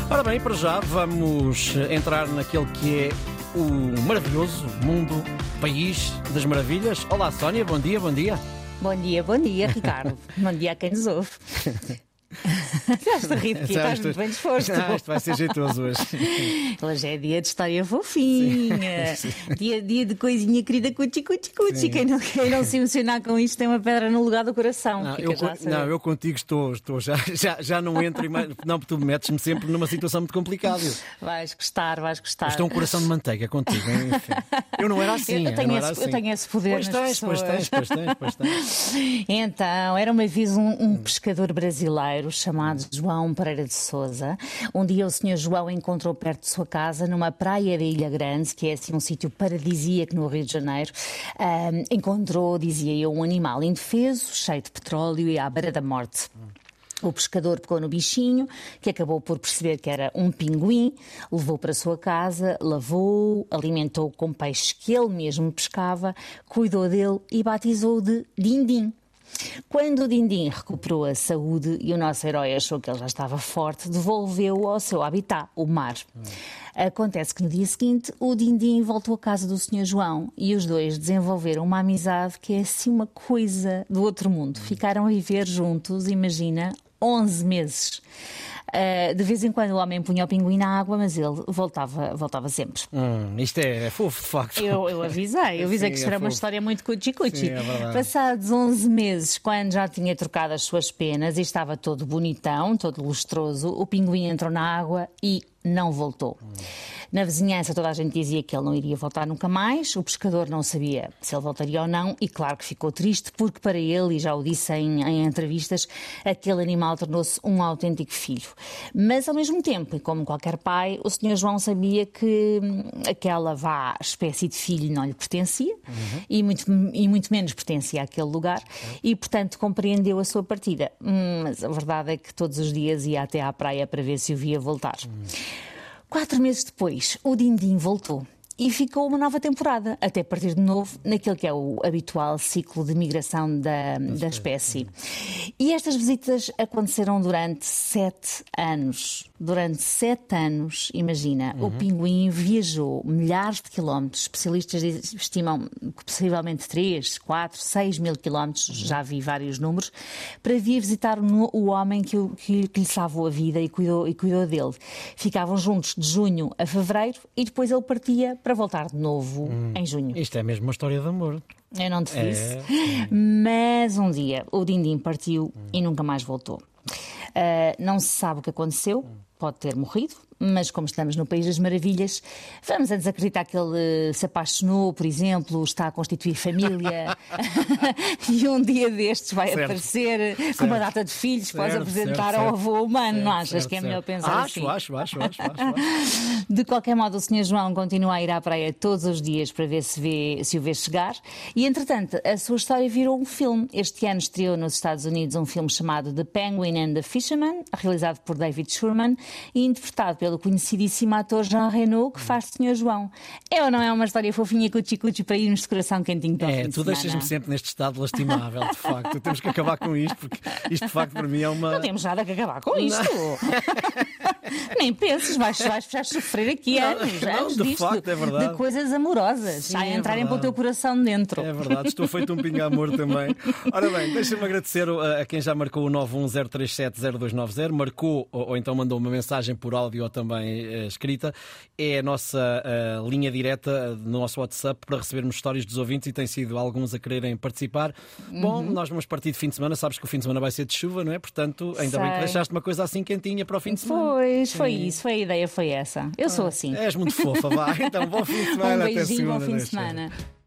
Ora bem, para já vamos entrar naquele que é o maravilhoso mundo, país das maravilhas. Olá, Sónia, bom dia, bom dia. Bom dia, Ricardo. Bom dia a quem nos ouve. Estás a rir de quê? Estás muito bem disposto. Isto vai ser jeitoso hoje. Hoje é dia de história fofinha. Dia de coisinha querida, cuti. Quem não se emocionar com isto tem uma pedra no lugar do coração. Eu contigo estou já não entro. Não, porque tu metes-me sempre numa situação muito complicada. Vais gostar. Estou um coração de manteiga contigo. Enfim. Eu não era assim. Eu tenho esse poder. Pois tens. Então, era uma vez um pescador brasileiro chamado João Pereira de Sousa. Um dia o senhor João encontrou perto de sua casa, numa praia da Ilha Grande, que é assim um sítio paradisíaco no Rio de Janeiro, encontrou, dizia eu, um animal indefeso, cheio de petróleo e à beira da morte. O pescador pegou no bichinho, que acabou por perceber que era um pinguim, levou para a sua casa, lavou-o, alimentou-o com peixes que ele mesmo pescava, cuidou dele e batizou-o de Dindim. Quando o Dindim recuperou a saúde e o nosso herói achou que ele já estava forte, devolveu-o ao seu habitat, o mar. Acontece que no dia seguinte o Dindim voltou à casa do Sr. João e os dois desenvolveram uma amizade que é assim uma coisa do outro mundo. Ficaram a viver juntos, imagina, 11 meses. De vez em quando o homem punha o pinguim na água, mas ele voltava sempre. Isto é fofo, de facto. Eu avisei que isto era uma história muito cuchi. Sim, é verdade. Passados 11 meses, quando já tinha trocado as suas penas e estava todo bonitão, todo lustroso, o pinguim entrou na água e não voltou. Na vizinhança toda a gente dizia que ele não iria voltar nunca mais, o pescador não sabia se ele voltaria ou não e claro que ficou triste porque para ele, e já o disse em entrevistas, aquele animal tornou-se um autêntico filho. Mas ao mesmo tempo, e como qualquer pai, o Sr. João sabia que aquela espécie de filho não lhe pertencia e muito menos pertencia àquele lugar e portanto compreendeu a sua partida. Mas a verdade é que todos os dias ia até à praia para ver se o via voltar. 4 meses depois, o Dindim voltou e ficou uma nova temporada, até partir de novo naquele que é o habitual ciclo de migração da espécie. E estas visitas aconteceram durante 7 anos. Durante 7 anos, imagina, o pinguim viajou milhares de quilómetros, especialistas estimam que possivelmente 3, 4, 6 mil quilómetros, já vi vários números, para vir visitar o homem que lhe salvou a vida e cuidou dele. Ficavam juntos de junho a fevereiro e depois ele partia para voltar de novo em junho. Isto é mesmo uma história de amor. Eu não te disse. Mas um dia o Dindim partiu e nunca mais voltou. Não se sabe o que aconteceu, pode ter morrido, mas como estamos no País das Maravilhas, vamos a desacreditar que ele se apaixonou, por exemplo, está a constituir família e um dia destes vai aparecer com uma data de filhos para os apresentar ao avô humano. Não achas que é melhor pensar assim? Acho. De qualquer modo, o Sr. João continua a ir à praia todos os dias para ver se o vê chegar e, entretanto, a sua história virou um filme. Este ano estreou nos Estados Unidos um filme chamado The Penguin and the Fisherman, realizado por David Schurman e interpretado pelo conhecidíssimo ator Jean Reno, que faz Sr. João. É ou não é uma história fofinha cuchi para irmos de coração quentinho para o fim de tu semana? deixas-me sempre neste estado lastimável, de facto. Temos que acabar com isto, porque isto de facto para mim é uma... Não temos nada que acabar com isto. Nem penses, vais sofrer aqui anos de disto, facto, é verdade. de coisas amorosas, a entrarem para o teu coração dentro. É verdade, estou feito um pinga-amor também. Ora bem, deixa-me agradecer a quem já marcou o 910370290, marcou ou então mandou uma mensagem por áudio ou também escrita. É a nossa linha direta no nosso WhatsApp para recebermos histórias dos ouvintes e tem sido alguns a quererem participar. Bom, nós vamos partir de fim de semana, sabes que o fim de semana vai ser de chuva, não é? Portanto, ainda bem que deixaste uma coisa assim quentinha para o fim de semana. Foi isso, a ideia foi essa. Eu sou assim. És muito fofa, vá. Então, bom fim de semana. Um beijinho, até segunda, bom fim de semana.